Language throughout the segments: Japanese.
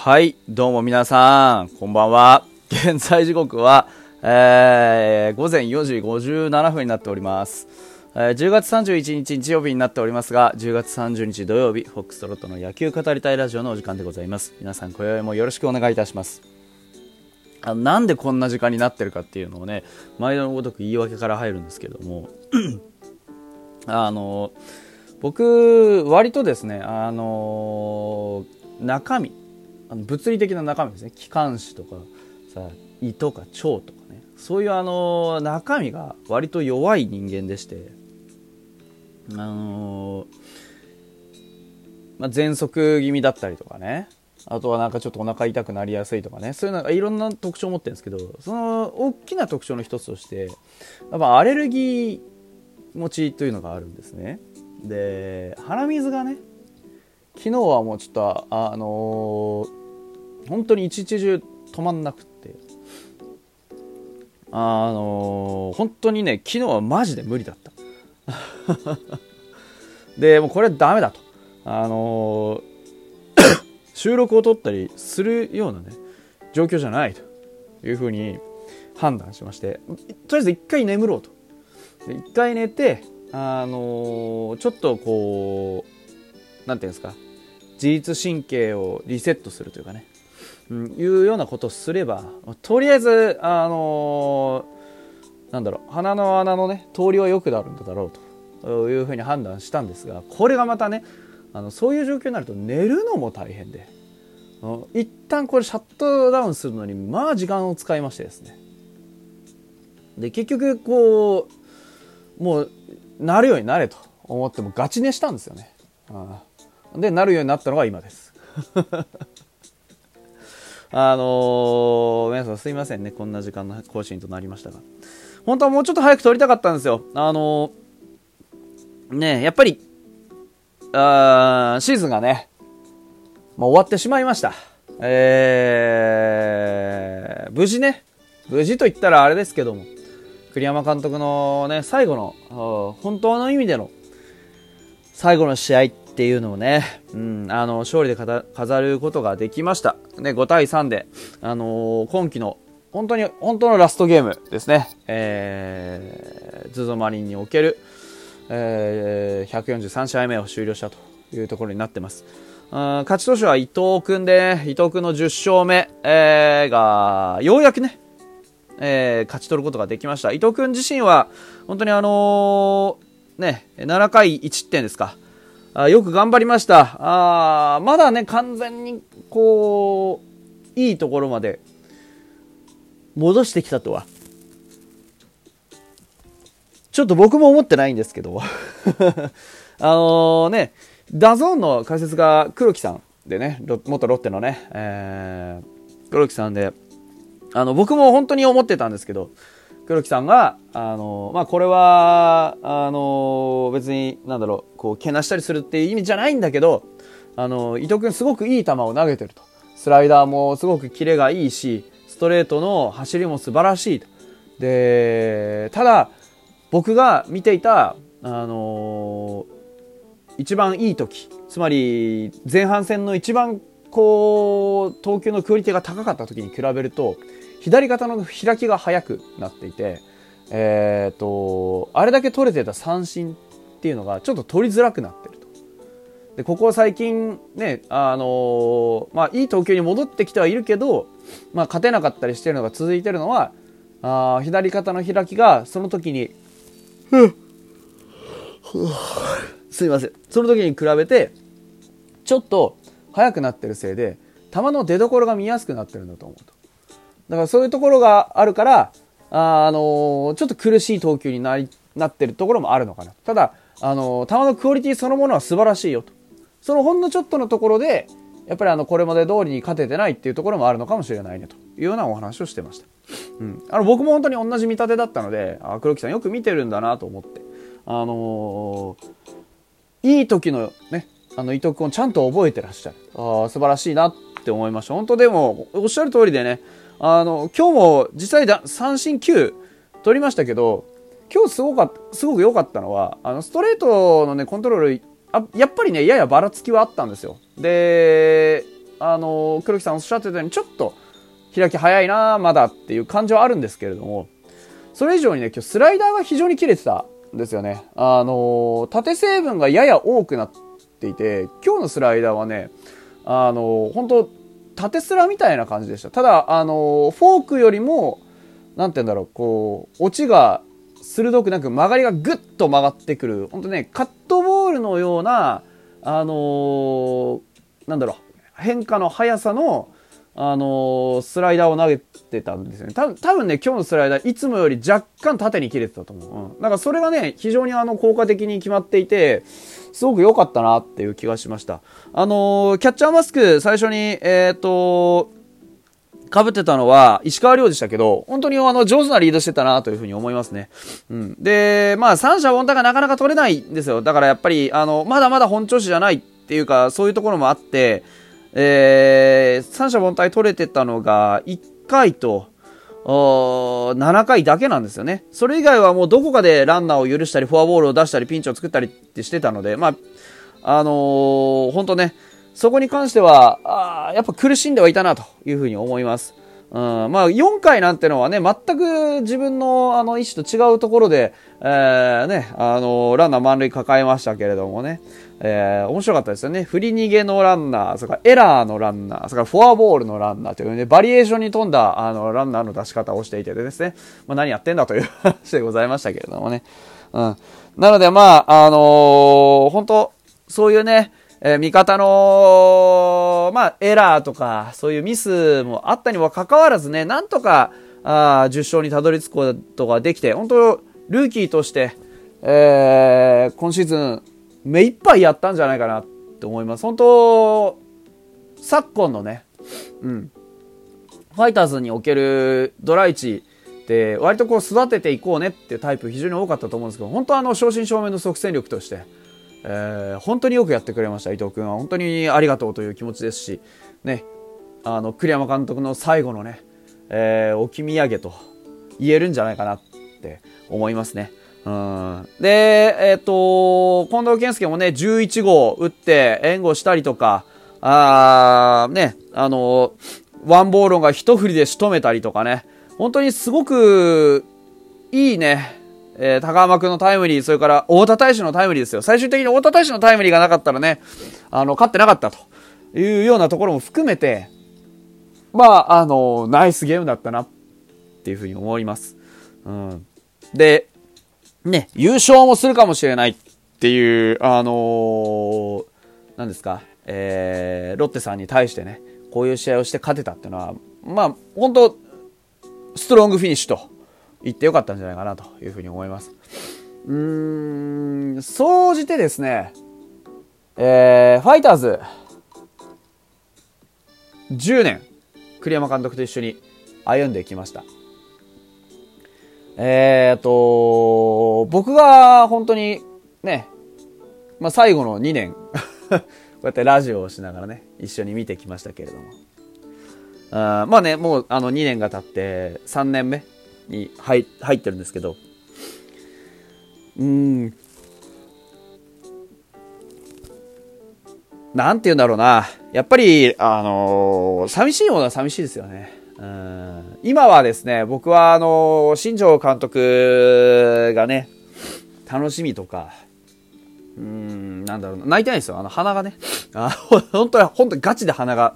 はい、どうも皆さん、こんばんは。現在時刻は、午前4時57分になっております。10月31日日曜日になっておりますが、10月30日土曜日、フォックストロットの野球語りたいラジオのお時間でございます。皆さん、今宵もよろしくお願いいたします。なんでこんな時間になってるかっていうのをね、毎度のごとく言い訳から入るんですけれども、僕、割とですね、中身、物理的な中身ですね、気管支とかさ、胃とか腸とかね、そういう中身が割と弱い人間でして、喘息気味だったりとかね、あとはなんかちょっとお腹痛くなりやすいとかね、そういうのがいろんな特徴を持ってるんですけど、その大きな特徴の一つとしてやっぱアレルギー持ちというのがあるんですね。で、鼻水がね、昨日はもうちょっと本当に一日中止まんなくって本当にね、昨日はマジで無理だったでもうこれダメだと収録を撮ったりするようなね状況じゃないというふうに判断しまして、とりあえず一回眠ろうと。で、一回寝てちょっとこうなんていうんですか、自律神経をリセットするというかね、いうようなことをすれば、とりあえず鼻の穴のね通りは良くなるんだろうというふうに判断したんですが、これがまたねそういう状況になると寝るのも大変で、一旦これシャットダウンするのにまあ時間を使いましてですね、で結局こうもうなるようになれと思ってもガチ寝したんですよね。でなるようになったのが今です皆さんすいませんね、こんな時間の更新となりましたが、本当はもうちょっと早く撮りたかったんですよ。やっぱりシーズンがね、終わってしまいました。無事と言ったらあれですけども、栗山監督のね最後の本当の意味での最後の試合っていうのをね、勝利で飾ることができました。ね、5対3で、今季の本当のラストゲームですね。ZOZO マリンにおける、143試合目を終了したというところになってます。勝ち投手は伊藤君で、伊藤君の10勝目、がようやくね、勝ち取ることができました。伊藤君自身は本当に7回1失点ですか。よく頑張りました。まだね、完全にこういいところまで戻してきたとはちょっと僕も思ってないんですけどダゾーンの解説が黒木さんでね、元ロッテのね、黒木さんで、僕も本当に思ってたんですけど、黒木さんがこれは別にこうけなしたりするっていう意味じゃないんだけど、伊藤君すごくいい球を投げてると、スライダーもすごくキレがいいし、ストレートの走りも素晴らしいと。で、ただ僕が見ていた一番いい時、つまり前半戦の一番こう投球のクオリティが高かった時に比べると、左肩の開きが早くなっていて、あれだけ取れてた三振っていうのがちょっと取りづらくなってると。で、ここ最近ね、いい投球に戻ってきてはいるけど、勝てなかったりしてるのが続いてるのは、左肩の開きがその時に、すいません、その時に比べてちょっと速くなってるせいで、球の出所が見やすくなってるんだと思うと。だからそういうところがあるから、ちょっと苦しい投球になってるところもあるのかな。ただ球のクオリティそのものは素晴らしいよと。そのほんのちょっとのところでやっぱりこれまで通りに勝ててないっていうところもあるのかもしれないねというようなお話をしてました。僕も本当に同じ見立てだったので、黒木さんよく見てるんだなと思って、いい時のね伊藤君をちゃんと覚えてらっしゃる。素晴らしいなって思いました。本当でもおっしゃる通りでね、今日も実際三振9取りましたけど、今日すごく良かったのはストレートのねコントロール、やっぱりねややばらつきはあったんですよ。で黒木さんおっしゃってたように、ちょっと開き早いな、まだっていう感じはあるんですけれども、それ以上にね、今日スライダーが非常に切れてたんですよね。縦成分がやや多くなっていて、今日のスライダーはね、本当縦スラみたいな感じでした。ただ、フォークよりも、なんて言うんだろう、こう、落ちが鋭くなく曲がりがぐっと曲がってくる、本当ね、カットボールのような、なんだろう、変化の速さの、スライダーを投げてたんですよね。多分ね、今日のスライダー、いつもより若干縦に切れてたと思う。だからそれがね、非常に効果的に決まっていて、すごく良かったなっていう気がしました。キャッチャーマスク、最初に、被ってたのは石川遼でしたけど、本当に上手なリードしてたなというふうに思いますね。うん。で、まあ、三者凡退がなかなか取れないんですよ。だからやっぱり、まだまだ本調子じゃないっていうか、そういうところもあって、三者凡退取れてたのが1回と、7回だけなんですよね。それ以外はもうどこかでランナーを許したり、フォアボールを出したり、ピンチを作ったりってしてたので、まあ、本当ね、そこに関しては、やっぱ苦しんではいたなというふうに思います。まあ、4回なんてのはね、全く自分の意思と違うところで、ね、ランナー満塁抱えましたけれどもね、面白かったですよね。振り逃げのランナー、それからエラーのランナー、それからフォアボールのランナーというね、バリエーションに富んだ、ランナーの出し方をしていてですね、まあ、何やってんだという話でございましたけれどもね。うん。なので、まあ、本当そういうね、味方の、まあ、エラーとか、そういうミスもあったにもかかわらずね、なんとか、10勝にたどり着くことができて、本当ルーキーとして、今シーズン、目いっぱいやったんじゃないかなって思います。本当昨今のね、うん、ファイターズにおけるドラ1って割とこう育てていこうねっていうタイプ非常に多かったと思うんですけど、本当正真正銘の即戦力として、本当によくやってくれました。伊藤君は本当にありがとうという気持ちですし、ね、栗山監督の最後のね、置き土産と言えるんじゃないかなって思いますね。うん、で、近藤健介もね、11号打って援護したりとか、ね、ワンボールが一振りで仕留めたりとかね、本当にすごくいいね、高浜君のタイムリー、それから大田大使のタイムリーですよ。最終的に大田大使のタイムリーがなかったらね、勝ってなかったというようなところも含めて、まあ、ナイスゲームだったなっていうふうに思います。うん。で、ね、優勝もするかもしれないっていう、何ですか、ロッテさんに対してね、こういう試合をして勝てたっていうのは、まあ、本当ストロングフィニッシュと言ってよかったんじゃないかなというふうに思います。総じてですね、ファイターズ、10年、栗山監督と一緒に歩んできました。僕が本当にね、まあ、最後の2年こうやってラジオをしながらね、一緒に見てきましたけれども、まあね、もう2年が経って3年目に入ってるんですけど、なんて言うんだろうな、やっぱり寂しいものは寂しいですよね。今はですね、僕は新庄監督がね、楽しみとか、なんだろうな、泣いてないですよ。鼻がね、本当にガチで鼻が、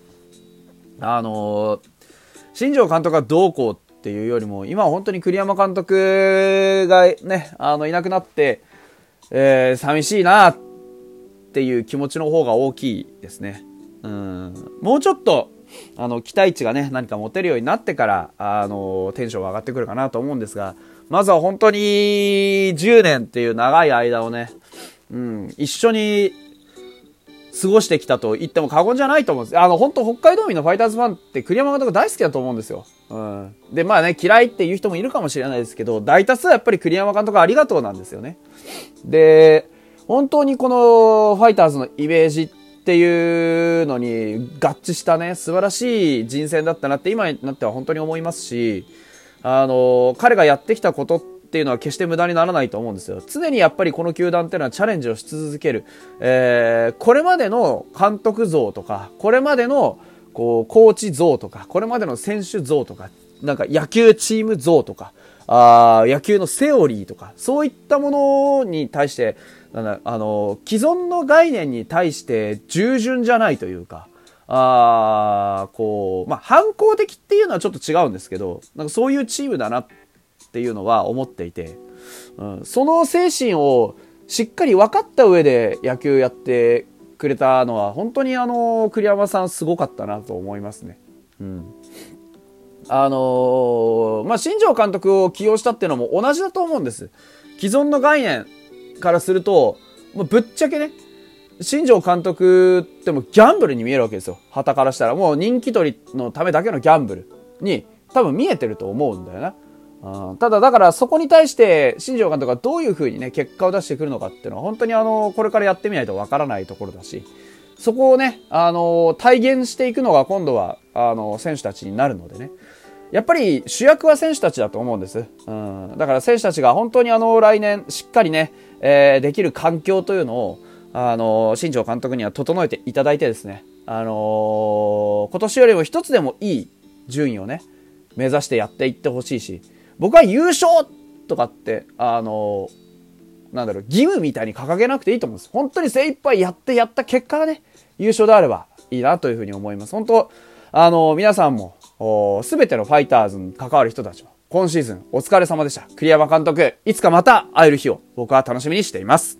新庄監督がどうこうっていうよりも、今は本当に栗山監督がね、いなくなって、寂しいなっていう気持ちの方が大きいですね。もうちょっと期待値がね、何か持てるようになってからテンションが上がってくるかなと思うんですが、まずは本当に10年っていう長い間をね、一緒に過ごしてきたと言っても過言じゃないと思うんです。本当北海道民のファイターズファンって栗山監督大好きだと思うんですよ。で、まあね、嫌いっていう人もいるかもしれないですけど、大多数はやっぱり栗山監督ありがとうなんですよね。で、本当にこのファイターズのイメージっていうのに合致したね、素晴らしい人選だったなって今になっては本当に思いますし、彼がやってきたことっていうのは決して無駄にならないと思うんですよ。常にやっぱりこの球団っていうのはチャレンジをし続ける。これまでの監督像とか、これまでのこうコーチ像とか、これまでの選手像とか、なんか野球チーム像とか、野球のセオリーとか、そういったものに対して、既存の概念に対して従順じゃないというか、反抗的っていうのはちょっと違うんですけど、なんかそういうチームだなっていうのは思っていて、その精神をしっかり分かった上で野球やってくれたのは、本当に栗山さんすごかったなと思いますね。新庄監督を起用したっていうのも同じだと思うんです。既存の概念からすると、ぶっちゃけね、新庄監督ってもギャンブルに見えるわけですよ。旗からしたらもう人気取りのためだけのギャンブルに多分見えてると思うんだよな。ただだからそこに対して新庄監督がどういう風にね結果を出してくるのかっていうのは本当にこれからやってみないとわからないところだし、そこをね体現していくのが今度は選手たちになるのでね。やっぱり主役は選手たちだと思うんです。だから選手たちが本当に来年しっかりね、できる環境というのを新庄監督には整えていただいてですね、今年よりも一つでもいい順位をね目指してやっていってほしいし、僕は優勝とかって義務みたいに掲げなくていいと思うんです。本当に精一杯やった結果がね優勝であればいいなというふうに思います。本当皆さんもすべてのファイターズに関わる人たちも今シーズンお疲れ様でした。栗山監督、いつかまた会える日を僕は楽しみにしています。